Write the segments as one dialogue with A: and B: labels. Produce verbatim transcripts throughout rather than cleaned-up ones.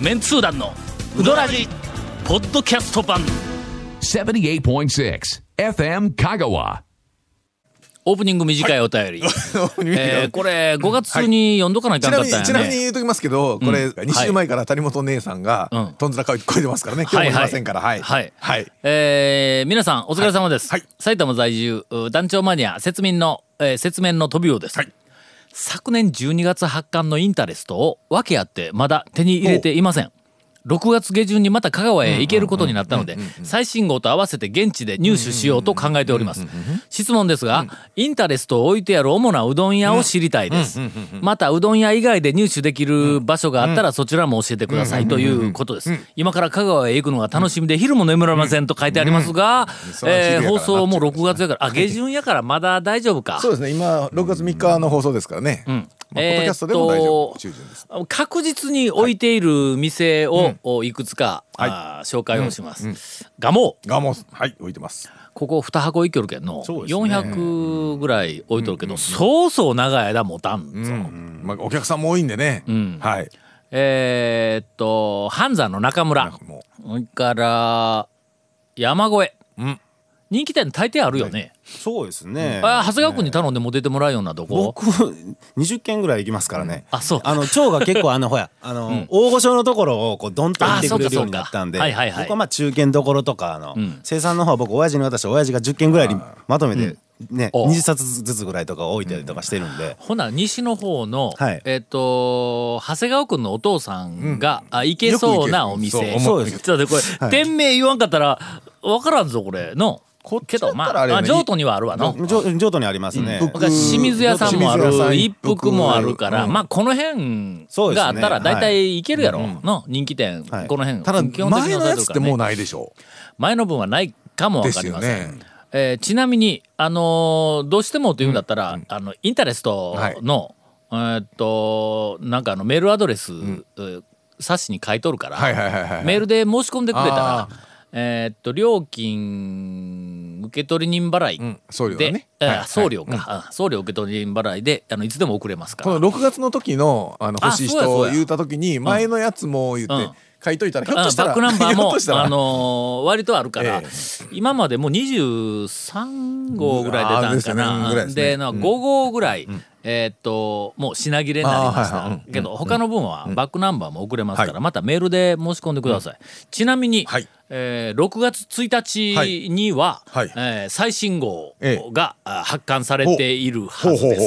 A: メンツー団のウドラジポッドキャスト版
B: ななじゅうはちてんろく エフエム 香川。
A: オープニング短いお便り、はいえー、これごがつに読んどかないかんかったんやね、
C: ちなみにちなみに言うときますけど、これに週前から谷本姉さんがとんずら声超えてますからね、今日もいませんからはい
A: はい、はいはいえー、皆さんお疲れ様です、はいはい、埼玉在住団長マニア説明の、えー、説明の飛びようです、はい、昨年じゅうにがつ発刊のインタレストを訳あってまだ手に入れていません。ろくがつ下旬にまた香川へ行けることになったので最新号と合わせて現地で入手しようと考えております。質問ですが、インタレストを置いてある主なうどん屋を知りたいです。またうどん屋以外で入手できる場所があったらそちらも教えてくださいということです。今から香川へ行くのが楽しみで昼も眠れませんと書いてありますが、えー、放送もろくがつやからあ下旬やからまだ大丈夫か。
C: そうですね、今ろくがつみっかの放送ですからね、うんまあ、ポッドキャストでも大丈夫、中旬です。
A: 確実に置いている店を、はい、いくつか、はい、あ紹介をします。ガモ
C: ガモはい置いてます。
A: ここに箱いきよるけんの、ね、よんひゃくぐらい置いとるけど、うんうんうん、そうそう長い間持たんぞ、うんうん
C: まあ、お客さんも多いんでね、うんはい、
A: えー、っと半山の中村それから山越え、うん人気店大抵あるよね。
D: そうですね。
A: あ長谷川君に頼んでも出てもらうようなとこ。
D: 僕にじゅっけんぐらい行きますからね。
A: あそう。
D: あの蝶が結構あのほやあの、うん、大御所のところをこうドンと行ってくれるようになったんで、はいはいはい、僕はまあ中堅どころとかあの、うん、生産の方は僕親父に渡して親父がじゅっけんぐらいにまとめて。ね、にじゅっさつずつぐらいとか置いたりとかしてるんで、うん、
A: ほな西の方の、はい、えっ、ー、と長谷川君のお父さんが、うん、あ行けそうなお店。そうです。ちょっとこれ、はい、店名言わんかったら分からんぞこれの。けどまあ、ね、譲渡にはあるわの
D: 譲渡にありますね、うん、
A: 清水屋さんもある一服もあるから、うん、まあこの辺があったら大体いけるやろ、ねはい、の人気店、はい、この辺
C: ただ前のやつってもうないでしょう。
A: 前の分はないかも分かりません、ねえー、ちなみに、あのー、どうしてもというんだったら、うん、あのインタレストの、はい、えー、っとなんかあのメールアドレス、うん、冊子に書いとるから、はいはいはいはい、メールで申し込んでくれたらえー、っと料金受取人払いで、うん送料ねはい、送料か、はい、送料受取人払いであのいつでも送れますから。
C: このろくがつの時のあの欲しい人を言うた時に前のやつも言って、うん書いといたらひょっとしたら
A: バックナンバーもあのー、割とあるから、えー、今までもうにじゅうさんごうぐらい出たんかな、うん、で、ねでね、ごごうぐらい、うん、えー、っともう品切れになりました、はいはい、けど他の分はバックナンバーも送れますから、うん、またメールで申し込んでください、うん、ちなみに、はいえー、ろくがつついたちには、はいえー、最新号が、ええ、発刊されているはずです。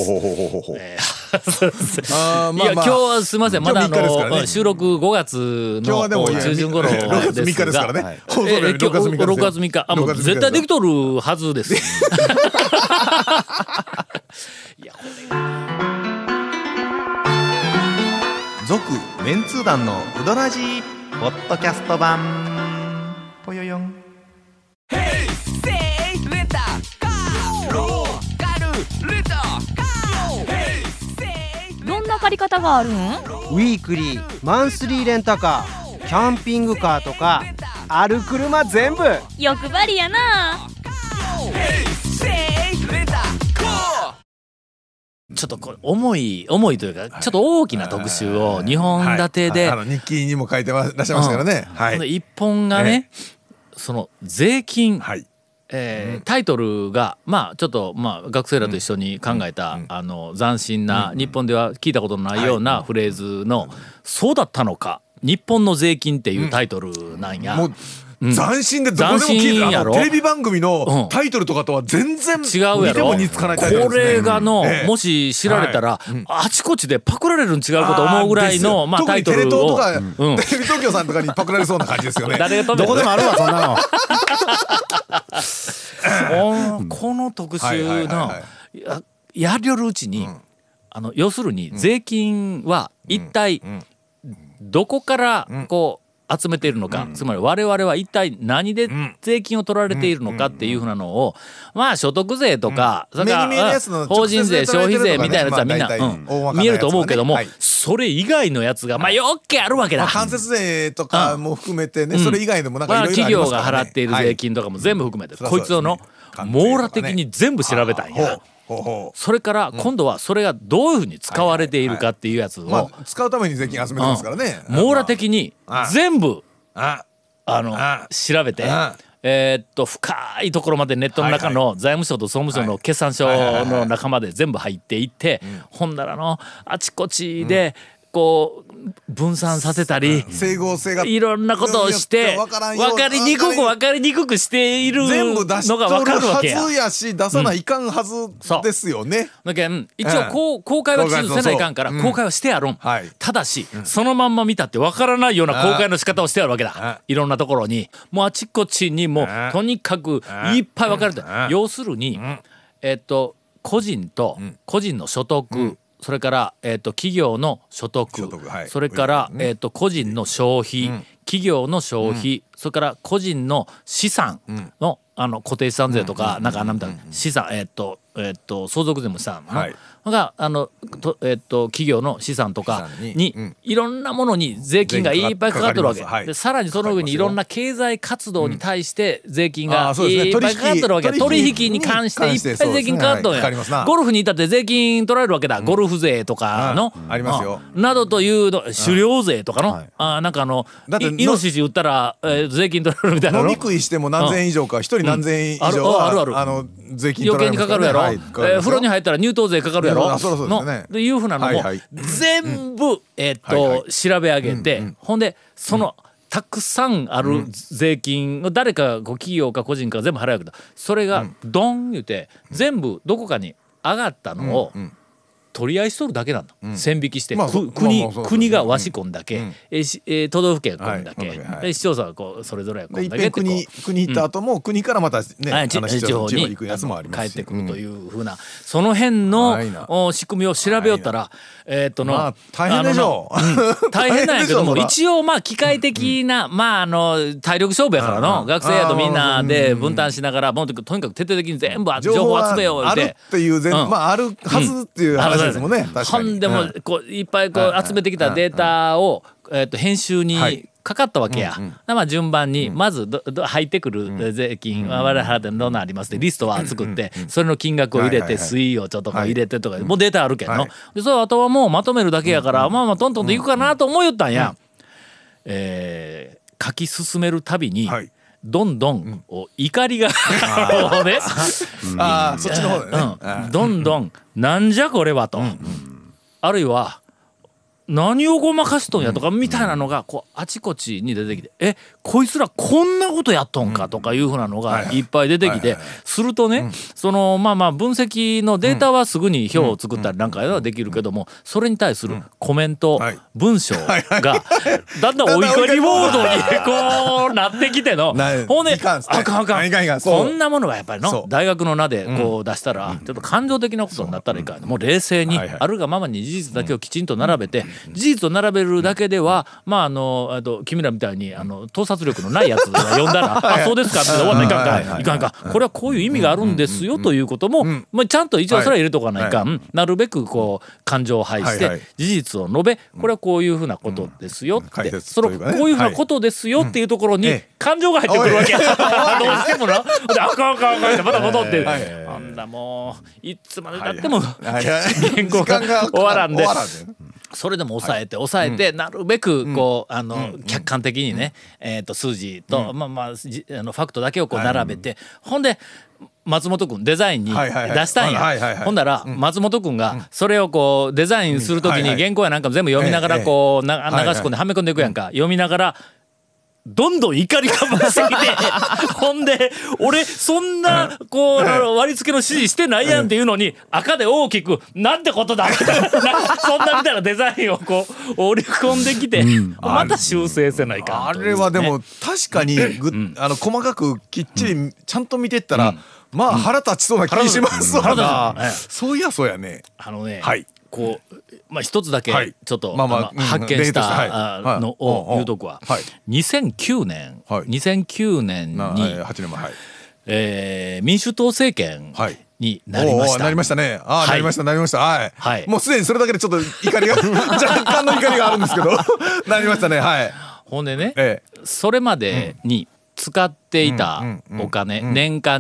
A: いや今日はすみませんまだあの、ね、収録ごがつの中旬頃ですがろくがつみっかですからね。放送日ろくがつみっかろくがつみっかあもう絶対できとるはずです。いやこれ
E: 続メンツー団のウドラジーポッドキャスト版ぽよよん。
F: どんな借り方があるん？
G: ウィークリー、マンスリーレンタカー、キャンピングカーとかある車全部
F: 欲張りやな。
A: ちょっとこれ重い重いというかちょっと大きな特集をにほん立てで、はい
C: はい、あの日記にも書いてらっしゃいましたからね、うんはい、
A: いっぽんがね、えー、その税金、はいえーうん、タイトルがまあちょっとまあ学生らと一緒に考えた、うん、あの斬新な、うん、日本では聞いたことのないようなフレーズの、はい、そうだったのか日本の税金っていうタイトルなんや、うん
C: うん、斬新でどこでも聞いてあのテレビ番組のタイトルとかとは全然違うやろ。見ても似つかないタイトルですね。
A: これがの、ええ、もし知られたら、はい、あちこちでパクられるん違うこと思うぐらいのまあタイトルを
C: 特にテレ東とか、うん、テレビ東京さんとかにパクられそうな感じですよね。
A: 誰が
D: どこでもあるわそんな
A: のこの特集のややりよるうちに、うん、あの要するに税金は一体どこからこう集めているのか、うん、つまり我々は一体何で税金を取られているのかっていうふうなのをまあ所得税とか、うん、それから法人税消費税みたいなやつはみんな、うん、見えると思うけども、はい、それ以外のやつがまあよっけあるわけだ、
C: まあ、間接税とかも含めてね、うん、それ以外でもなんかいろいろありますからね、
A: 企業が払っている税金とかも全部含めて、はい、こいつをの網羅的に全部調べたんや。 それから今度はそれがどういうふうに使われているかっていうやつを、
C: まあ、使うために税金集めてますからね、
A: うん、網羅的に全部あの調べてえー、っと深いところまでネットの中の財務省と総務省の決算書の中まで全部入っていってほんだらのあちこちでこう分散させたり
C: 整合性が
A: いろんなことをして分かりにくく分かりにくくしているのが分かるわけや。
C: 全部出しとるはずやし出さないかんはずですよね。
A: だけん一応こう公開はきちんとせないかんから公開はしてやろん。ただしそのまんま見たって分からないような公開の仕方をしてやるわけだ。いろんなところにもうあちこちにもとにかくいっぱい分かれて要するにえっと個人と個人の所得それから、えー、と企業の所得、所得はい、それから、えー、と個人の消費、うん、企業の消費、うん、それから個人の資産の、うん、あの固定資産税とか、うん、なんかあんなみたいな資産、えーとえー、と相続税も資産の、はい、があのと、えー、と企業の資産とかに、にうん、いろんなものに税金がいっぱいかかってるわけ、はい、でさらにその上にいろんな経済活動に対して税金がいっぱいかかってるわけ、うんね、取引に関していっぱい税金かかっとんや、はい、ゴルフに至って税金取られるわけだ、うん、ゴルフ税とかの、
C: うん、ありますよ
A: などというの狩猟税とかの、はい、あなんかあのイノシシ売ったら、えー、税金取られるみたいなの
C: 飲み食いしても何千円以上か一、うん、人何千円以上は、うん、あるあるあの税金取られますからね、
A: 余計にかかるやろ、はい、えー、風呂に入ったら入湯税かかるやろ、
C: うん、そうそうですね、
A: のというふうなのも、はいはい、全部、えーっとはいはい、調べ上げて、うんうん、ほんでその、うん、たくさんある税金を誰かこう企業か個人か全部払うけどそれがドン言うて全部どこかに上がったのを取り合いしとるだけなんだ、うん、線引きして、まあ、国、まあまあ、国がわしこんだけ、うんえーえー、都道府県こんだけ、はいはい、市町村はこうそれぞれこんだけってこう
C: 国国行った後も、うん、国からまたね、
A: はい、地方に帰ってくるというふうな、うん、その辺の仕組みを調べよったらえー、っとの、まあ、
C: 大変でしょう、
A: うん、大変なんやけども一応まあ機械的な、うん、まああの体力勝負やからの、うん、学生やとみんなで分担しながらもうとにかく徹底的に全部情報集めようって
C: あるっていう全、うん、まああるはずっていう話ですもんね、うん、確かに
A: ほんでもこういっぱいこう集めてきたデータを、えー、と編集にかかったわけや、はい、まあ順番にまずどど入ってくる税金、うん、我々払ってどんなありますってリストは作ってそれの金額を入れて推移をちょっとこう入れてとかもうデータあるけんの、はい、でそれあとはもうまとめるだけやから、うん、まあまあトントンといくかなと思いよったんや、うんえー、書き進めるたびに、はいどんどん、うん、怒りがね、
C: あそっちの方だ
A: ね、うん、どんどんなんじゃこれはと、うん、あるいは何をごまかしとんやとかみたいなのがこうあちこちに出てきてえこいつらこんなことやっとんかとかいうふうなのがいっぱい出てきてするとねそのまあまあ分析のデータはすぐに表を作ったりなんかはできるけどもそれに対するコメント文章がだんだんお怒りモードにこうなってきてのほんであかんあかんこんなものがやっぱりの大学の名でこう出したらちょっと感情的なことになったらいかんもう冷静にあるがままに事実だけをきちんと並べて事実を並べるだけでは、まああのあと君らみたいにあの盗撮力のないやつが読んだらあそうですかって終わったらいかんかいかんかこれはこういう意味があるんですよということも、まあ、ちゃんと一応それは入れとかないかんなるべくこう感情を排して事実を述べこれはこういうふうなことですよってそのこういうふうなことですよっていうところに感情が入ってくるわけどうしてもなあかんあかんあかんってまた戻ってあんなもういつまでたっても原稿が終わらんでそれでも抑えて抑えて、うん、なるべくこう、うん、あの、うん、客観的にね、うん、えー、と数字と、うん、まあまああのファクトだけをこう並べて、はい、ほんで松本君デザインに出したんやほんだら松本君がそれをこうデザインするときに原稿やなんか全部読みながらこうな流し込んではめ込んでいくやんか読みながらどんどん怒りが増してきてほんで俺そんなこう割り付けの指示してないやんっていうのに赤で大きくなんてことだそんなみたいなデザインをこう織り込んできて、うん、また修正せないかんというね、
C: あれはでも確かにぐ、うん、あの細かくきっちりちゃんと見てったら、うん、まあ腹立ちそうな気しますわな、うん、そういやそうやね
A: あのね、
C: はい、
A: こうまあ一つだけちょっと発見したのを言うとくわにせんきゅうねんにせんきゅうねんにえ民主党政権になりました
C: なりましたねあなりましたなりましたはいもうすでにそれだけでちょっと怒りが若干の怒りがあるんですけどなりましたねはい
A: ほんでねそれまでに使っていたお金年間に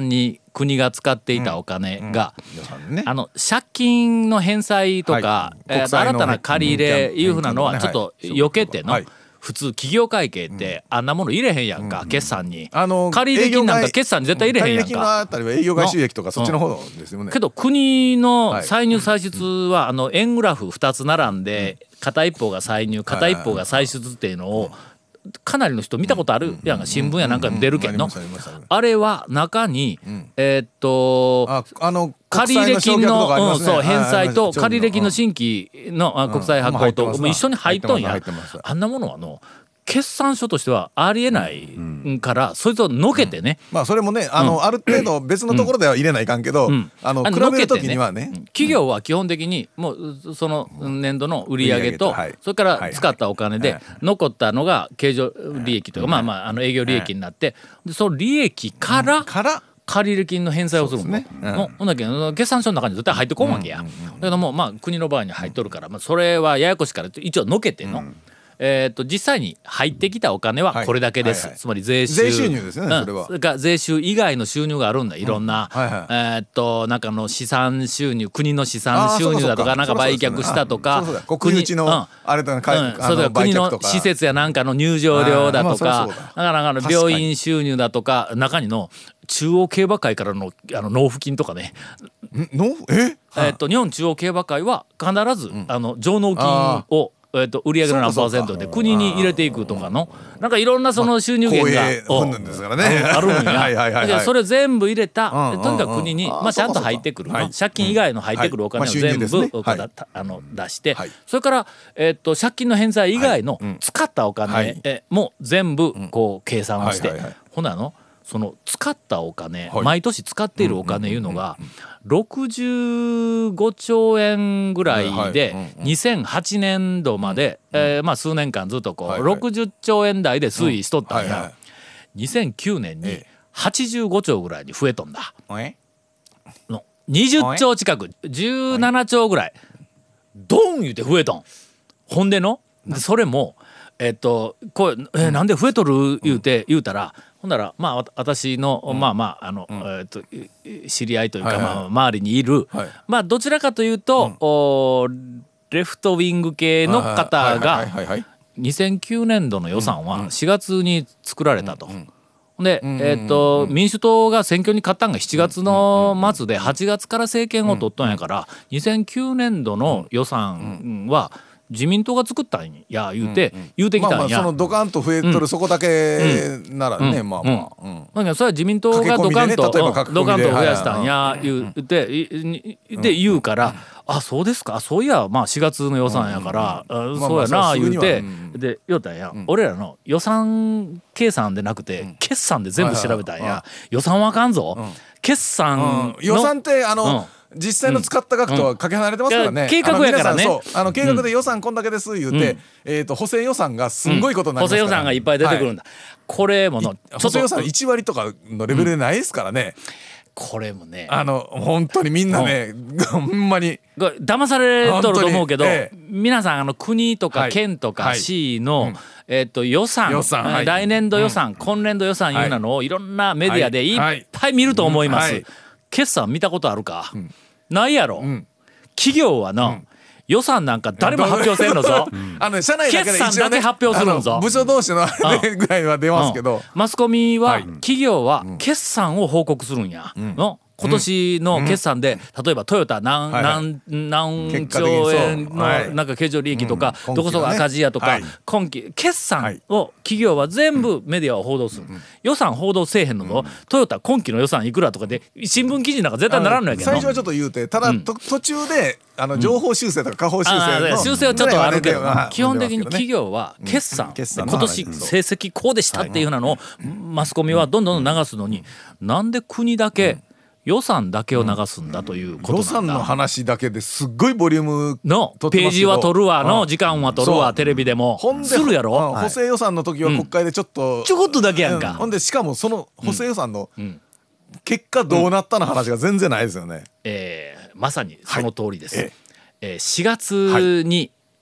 A: 国が使っていたお金が、あの借金の返済とか、えー、新たな借り入れいうふうなのはちょっと避けての、普通企業会計ってあんなもの入れへんやんか、決算に。借入金なんか決算に絶対入れへんやんか。
C: 借入金のあたりは営業外収益とかそっちの方ですよね。
A: けど国の歳入歳出はあの円グラフふたつ並んで片一方が歳入片一方が歳出っていうのをかなりの人見たことあるやんか、新聞やなんかに出るけんの。あれは中にえっと借入金の返済と借入金の新規の国債発行と一緒に入っとんや。あんなものはの決算書としてはありえないから、そいつをのけてね、
C: まあそれもね、あのある程度別のところでは入れないかんけど、あの比べる時にはね、
A: 企業は基本的にもうその年度の売上とそれから使ったお金で残ったのが経常利益というか、まあまああの営業利益になって、その利益から借入金の返済をするの。ほんだけど決算書の中に絶対入ってこんわけや。だけどもまあ国の場合に入っとるから、まあそれはややこしいから一応のけての。えー、と実際に入ってきたお金はこれだけです、はいはいはい、つまり税収、
C: 税収入ですね、
A: うん、
C: それは。
A: それから税収以外の収入があるんだ、いろんな、うんはいはい、えー、となんかの資産収入、国の資産収入だとか、なんか売却したとか、
C: 国有地のあれだな、
A: うん、それから国の施設やなんかの入場料だとか、だからなんかの病院収入だとか、中にの中央競馬会からのあの納付金とかね。
C: のえ
A: えー、と日本中央競馬会は必ず、うん、あの上納金をえー、と売上の何パーセントで国に入れていくとかのなんかいろんなその収入源が、
C: まあ、
A: あるんや。それ全部入れた、とにかく国にまあちゃんと入ってくる、借金以外の入ってくるお金を全部あの出して、それからえー、と借金の返済以外の使ったお金も全部こう計算をして、ほなのその使ったお金、毎年使っているお金いうのがろくじゅうごちょうえんぐらいでにせんはちねんどまで、えー、まあ数年間ずっとこうろくじゅっちょうえん台で推移しとったんや。にせんきゅうねんにはちじゅうごちょうぐらいに増えとんだ。のにじゅっちょう近くじゅうななちょうぐらいドン言うて増えとん。ほんでのそれもえっとこうえなんで増えとる言うて言うたら、ほんならまあ私の、うん、まあまああの、うん、えー、と知り合いというか、はいはい、まあ、周りにいる、はい、まあどちらかというと、うん、おレフトウィング系の方がにせんきゅうねんどの予算はしがつに作られたと。うんうん、で、えー、と民主党が選挙に勝ったんがしちがつの末ではちがつから政権を取ったんやから、にせんきゅうねんどの予算は自民党が作ったんや言うて、うんうん、言うてきたんや。まあまあ
C: そのドカンと増えとるそこだけならね、うん、まあまあ、うん
A: うん、だそれは自民党がドカンと、ね、ドカンと増やしたんや言うて、で言うから、あそうですか、そういやまあしがつの予算やから、うんうん、そうやな言うて、で言うたんや、うん、俺らの予算計算でなくて、うん、決算で全部調べたんや、はいはいはい、予算はあかんぞ、うん、決算の、
C: うん、予算ってあの、うん実際の使った額とはかけ離れてますからね、うん、
A: 計画やからね、
C: あの計画で予算こんだけです言うて、うん、えー、と補正予算がすんごいことになりますから、
A: うん、補正予算がいっぱい出てくるんだ、はい、これもの
C: 補正予算いちわりとかのレベルでないですからね、
A: うん、これもね
C: あの本当にみんなね、うん、ほんまに
A: 騙されとると思うけど、ええ、皆さんあの国とか県とか市の、はいはい、えー、と予算、予算、はい、来年度予算、うん、今年度予算いうなのをいろんなメディアでいっぱい見ると思います、はいはい、決算見たことあるか、うん、ないやろ、うん、企業はの、うん、予算なんか誰も発表せんのぞ、うん、
C: あの社内だけで一応、ね、
A: 決算だけ発表するのぞ、
C: 部署同士のあれぐらいは出ますけど、うん、
A: マスコミは、はい、企業は決算を報告するんや、うん、の今年の決算で、うん、例えばトヨタ何、はいはい、何, 何兆円のなんか経常利益とか、うん、どこそこ赤字やとか、はい、今期決算を企業は全部メディアを報道する、うん、予算報道せえへんのぞ、うん、トヨタ今期の予算いくらとかで新聞記事なんか絶対ならんのやけど、
C: 最初はちょっと言うてただ、うん、途中であの情報修正とか下方修正の、
A: 修正はちょっとあるけど、基本的に企業は決算、今年成績こうでしたっていうのをマスコミはどんどん流すのに、なんで国だけ予算だけを流すんだということなんだ、うん、予
C: 算の話だけですっごいボリューム
A: のページは取るわの、時間は取るわ、テレビでもするやろ、
C: 補正予算の時は国会でちょっと、
A: うん、ちょこっとだけやんか、
C: うん、ほんでしかもその補正予算の結果どうなったの話が全然ないですよね、うん、
A: えー、まさにその通りです、はい、えー、しがつに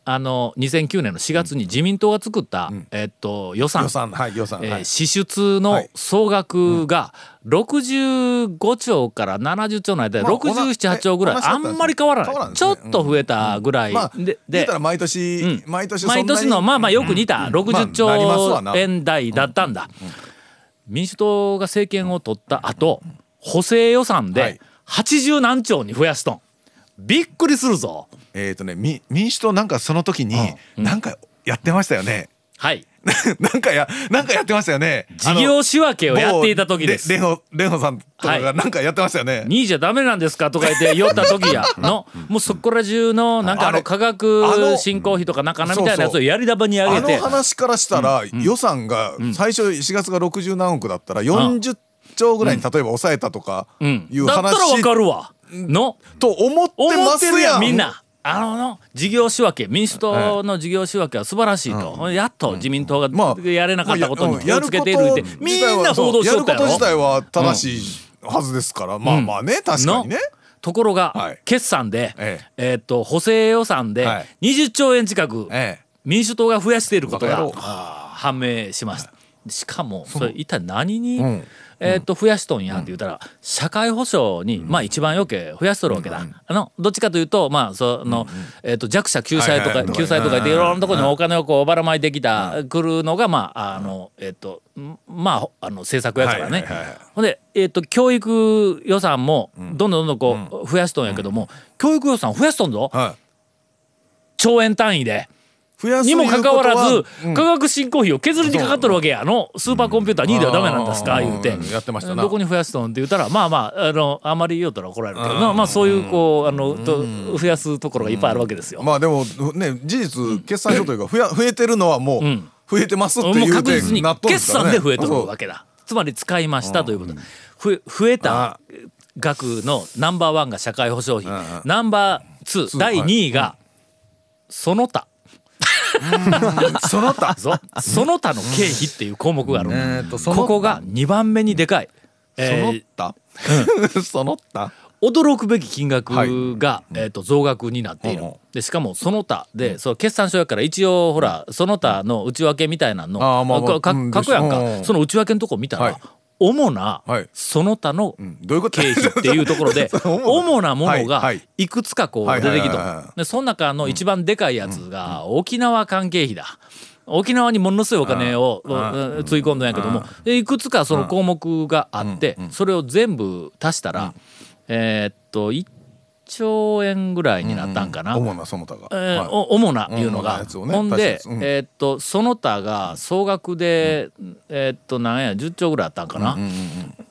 A: あのにせんきゅうねんのしがつに自民党が作った、えっと予算、
C: 予算、はい、予算、
A: えー
C: はい、
A: 支出の総額がろくじゅうごちょうからななじゅっちょうの間でろくじゅうなな、はちちょうぐらい、あんまり変わらない、ちょっと増えたぐらいで、
C: で、言ったら毎年、毎年そんなに
A: 毎年のまあまあよく似たろくじゅっちょうえん台だったんだ。民主党が政権を取った後、補正予算ではちじゅうなんちょうに増やしとん。びっくりするぞ。
C: えっとね、み民主党なんかその時になんかやってましたよね。
A: はい。
C: なんかやなんかやってましたよね。
A: 事業仕分けをやっていた時です。
C: レホレホさんとかがなんかやってましたよね。
A: にいじゃダメなんですかとか言って酔った時やのもうそこら中のなんかあの科学振興費とかなんかなみたいなやつをやり玉に上げて、
C: あの話からしたら予算が最初しがつがろくじゅうなんおくだったらよんじゅっちょうぐらいに例えば抑えたとかいう話、
A: だったらわかるわの
C: と思ってますやん。
A: みんな。あのの事業仕分け、民主党の事業仕分けは素晴らしいと、うん、やっと自民党がやれなかったことに気をつけているって、まあ、みんな報道しとったやろ。
C: やること自体は正しいはずですから、うん、まあまあね、確かにね。
A: ところが、はい、決算で、えええー、っと補正予算でにじゅっちょうえん近く、ええ、民主党が増やしていることが判明しました。しかもそれ一体何に、うんえー、と増やしとんやって言ったら、社会保障にまあ一番よけ増やしとるわけだ。あのどっちかというとまあその、えー、と弱者救済とか救済とかでいろんなところにお金をこうばらまいてきたくるのがまああのえっとまああの政策やからね。ほんでえっと教育予算もどんどんどんどんこう増やしとんやけども、教育予算増やしとんぞ。ちょうえん単位で。にもかかわらず、うん、科学振興費を削りにかかっとるわけやのスーパーコンピューターにいではダメなんですか言うて、
C: やってましたな。
A: どこに増やすとんって言ったらまあまああのあまり言うたら怒られるけどな、まあそういうこうあのと増やすところがいっぱいあるわけですよ。
C: まあでもね事実決算書というか増や増えてるのはもう増えてますっていう
A: もう確実に決算で増えとるわけだ。つまり使いましたということ。ふ増えた額のナンバーワンが社会保障費、ナンバーツーだいにいがその他。
C: その他
A: その他の経費っていう項目がある、えー、とここがにばんめにでかい、
C: えー、その他、うん、その他
A: 驚くべき金額が、はいえー、と増額になっている、うん、でしかもその他で、うん、その決算書やから一応ほらその他の内訳みたいなの、うん、まあまあ、か書くやんか、うん、その内訳のとこ見たら、はい主なその他の経費っていうところで主なものがいくつかこう出てきた。でその中の一番でかいやつが沖縄関係費だ。沖縄にものすごいお金をつい込んだんやけどもいくつかその項目があってそれを全部足したらえっといっちょうえんぐらいになったんかな。
C: 主なその他が、
A: えー、主ないうのが、ね、ほんで、うん、えー、っとその他が総額で、うん、えー、っとなんやじゅっちょうぐらいあったんかな。うんうんうん、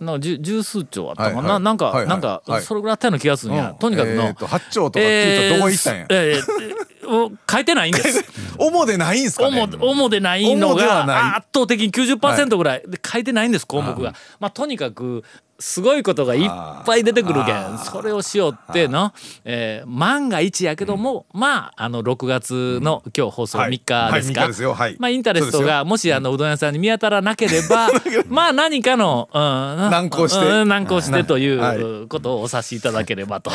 A: なんか十, 十数兆あったかな、はいはい、なんか、はいはい、なんか、はい、それぐらいあったような気がするんや、うん、とにかくの、
C: えー、とはちちょうとかきゅうちょうどこ行ったんや、
A: えーえー、書いてないんです
C: 主でないんすかね。
A: 主でないのが圧倒的に きゅうじゅっパーセント ぐらいで書いてないんです項目が。まあとにかくすごいことがいっぱい出てくるけんそれをしようっての、えー、万が一やけども、うん、まああのろくがつの今日放送みっかですか、
C: はいはい、
A: まあインタレストがもしあのうどん屋さんに見当たらなければまあ何かの、うん、
C: 難航して、
A: うん、難航してということをお察しいただければと。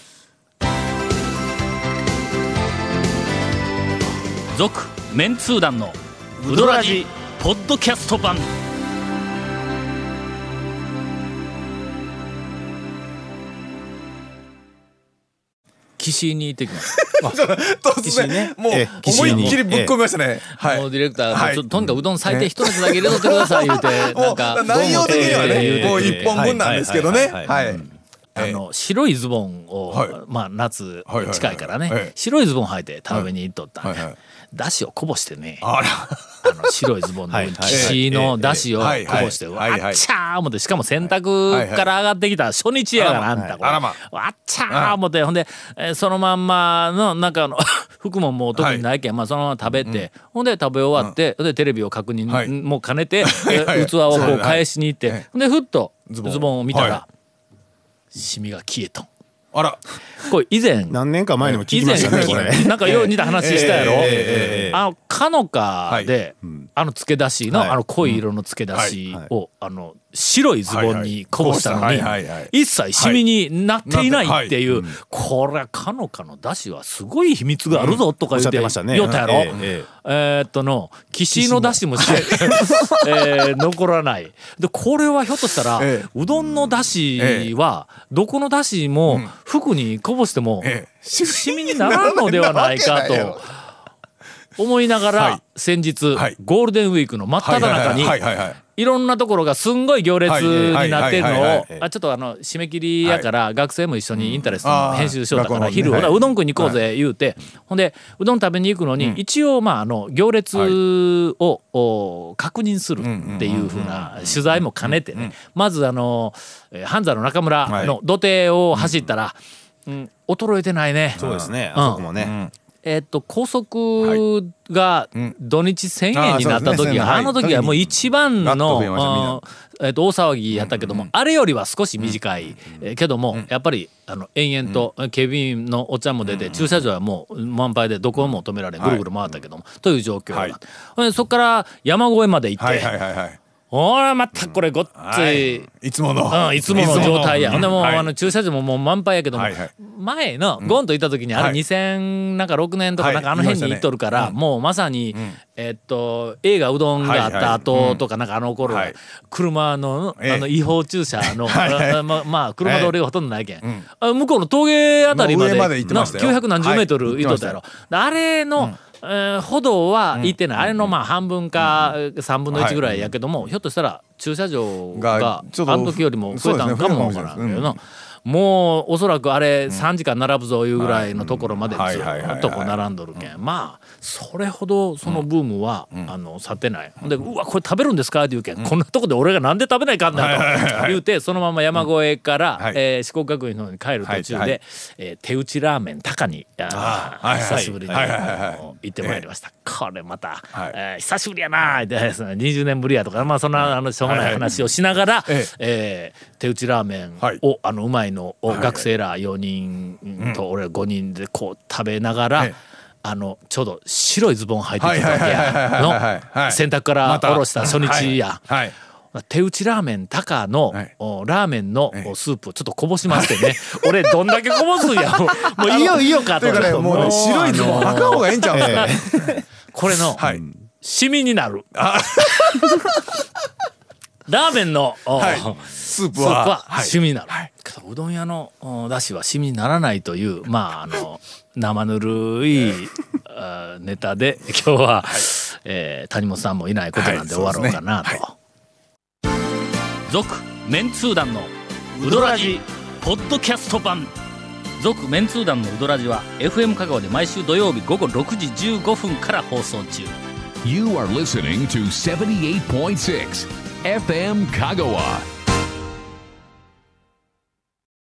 A: 続メンツー団のウドラジポッドキャスト版。岸に行ってきます。
C: 突然ね、もう思いっきりぶっ込みましたね。はい、
A: もうディレクター、はい、とにかくうどん最低一つだけ入れとってください言うて、なんか
C: 内容的にはね、もう一本分なんですけどね。はい。
A: あの白いズボンを、まあ夏近いからね、白いズボン履いて食べに行っとったんで、だしをこぼしてね、あの白いズボンの岸のだしをこぼして、わっちゃー思って、しかも洗濯から上がってきた初日やからあんたこれ、わっちゃー思って、ほんでそのまんまのなんかの服ももう特にないけん、まあそのまま食べて、ほんで食べ終わって、でテレビを確認も兼ねて器をこう返しに行って、ほんでふっとズボンを見たらシミが消えとん。
C: あら、
A: これ以前
D: 何年か前にも聞きましたね。これ
A: なんかよう似た話したやろ。あのかのかで、あの漬け出しのあの濃い色の漬け出しをあの白いズボンにこぼしたのに一切シミになっていないっていう、これはかのかのだしはすごい秘密があるぞとか言って言ったやろ。えっとの岸のだしもして残らないで、これはひょっとしたらうどんのだしはどこのだしも服にこぼしてもシミにならんのではないかと思いながら、先日ゴールデンウィークの真っ只中にいろんなところがすんごい行列になっているのを、あちょっとあの締め切りやから学生も一緒にインタレストの編集しようだから昼うどん食いに行こうぜ言うて、ほんでうどん食べに行くのに一応まああの行列を確認するっていう風な取材も兼ねてね、まずあの半沢の中村の土手を走ったら、うん衰えてないね。
D: そうですね、あそこもね。
A: えっと高速が土日せんえんになった時、あの時はもう一番のえっと大騒ぎやったけども、あれよりは少し短いけども、やっぱりあの延々と警備員のおっちゃんも出て、駐車場はもう満杯でどこも止められぐるぐる回ったけどもという状況が、そこから山越えまで行って。ほらまたこれごっつい
C: いつもの、
A: うん、いつもの状態や。ほんでもうあの駐車場ももう満杯やけども、前のゴンと行った時にあれにせんろくねんとかなんかあの辺に行っとるから、もうまさにえっと映画うどんがあった後とかなんかあの頃車のあの違法駐車のまあ車通りがほとんどないけん、向こうの峠あたりまできゅうひゃくなんじゅうメートル行っとったやろ。あれのえー、歩道は行ってない、うん、あれのまあ半分かさんぶんのいちぐらいやけども、はい、ひょっとしたら駐車場があの時よりも増えたんかもわからんけどな。もうおそらくあれさんじかん並ぶぞいうぐらいのところまでずっとこう並んどるけん、まあそれほどそのブームはあの去ってない。でうわこれ食べるんですかって言うけん、こんなとこで俺がなんで食べないかんだと言うて、そのまま山越えからえ四国学院の方に帰る途中でえ手打ちラーメン高に久しぶりに行ってまいりました。これまたえ久しぶりやなーにじゅうねんぶりやとか、まあそんなあのしょうもない話をしながらえ手打ちラーメンをあのうまいのを学生らよにんと俺ごにんでこう食べながら、あのちょうど白いズボン履いてきたわけやの洗濯から下ろした初日や。手打ちラーメンタカのラーメンのスープをちょっとこぼしましてね、俺どんだけこぼすんやもういいよいいよかと。
C: もう白いズボン履かん方がええんちゃうんですか。
A: これのシミになるラーメンのスープはシミになる、うどん屋のだしはシミにならないという、まああの生ぬるいネタで今日はえ谷本さんもいないことなんで終わろうかなと。続メンツー団のウドラジポッドキャスト版。続メンツー団のウドラジは エフエム 香川で毎週土曜日午後ろくじじゅうごふんから放送中。
B: You are listening to seventy-eight point six エフエム 香川。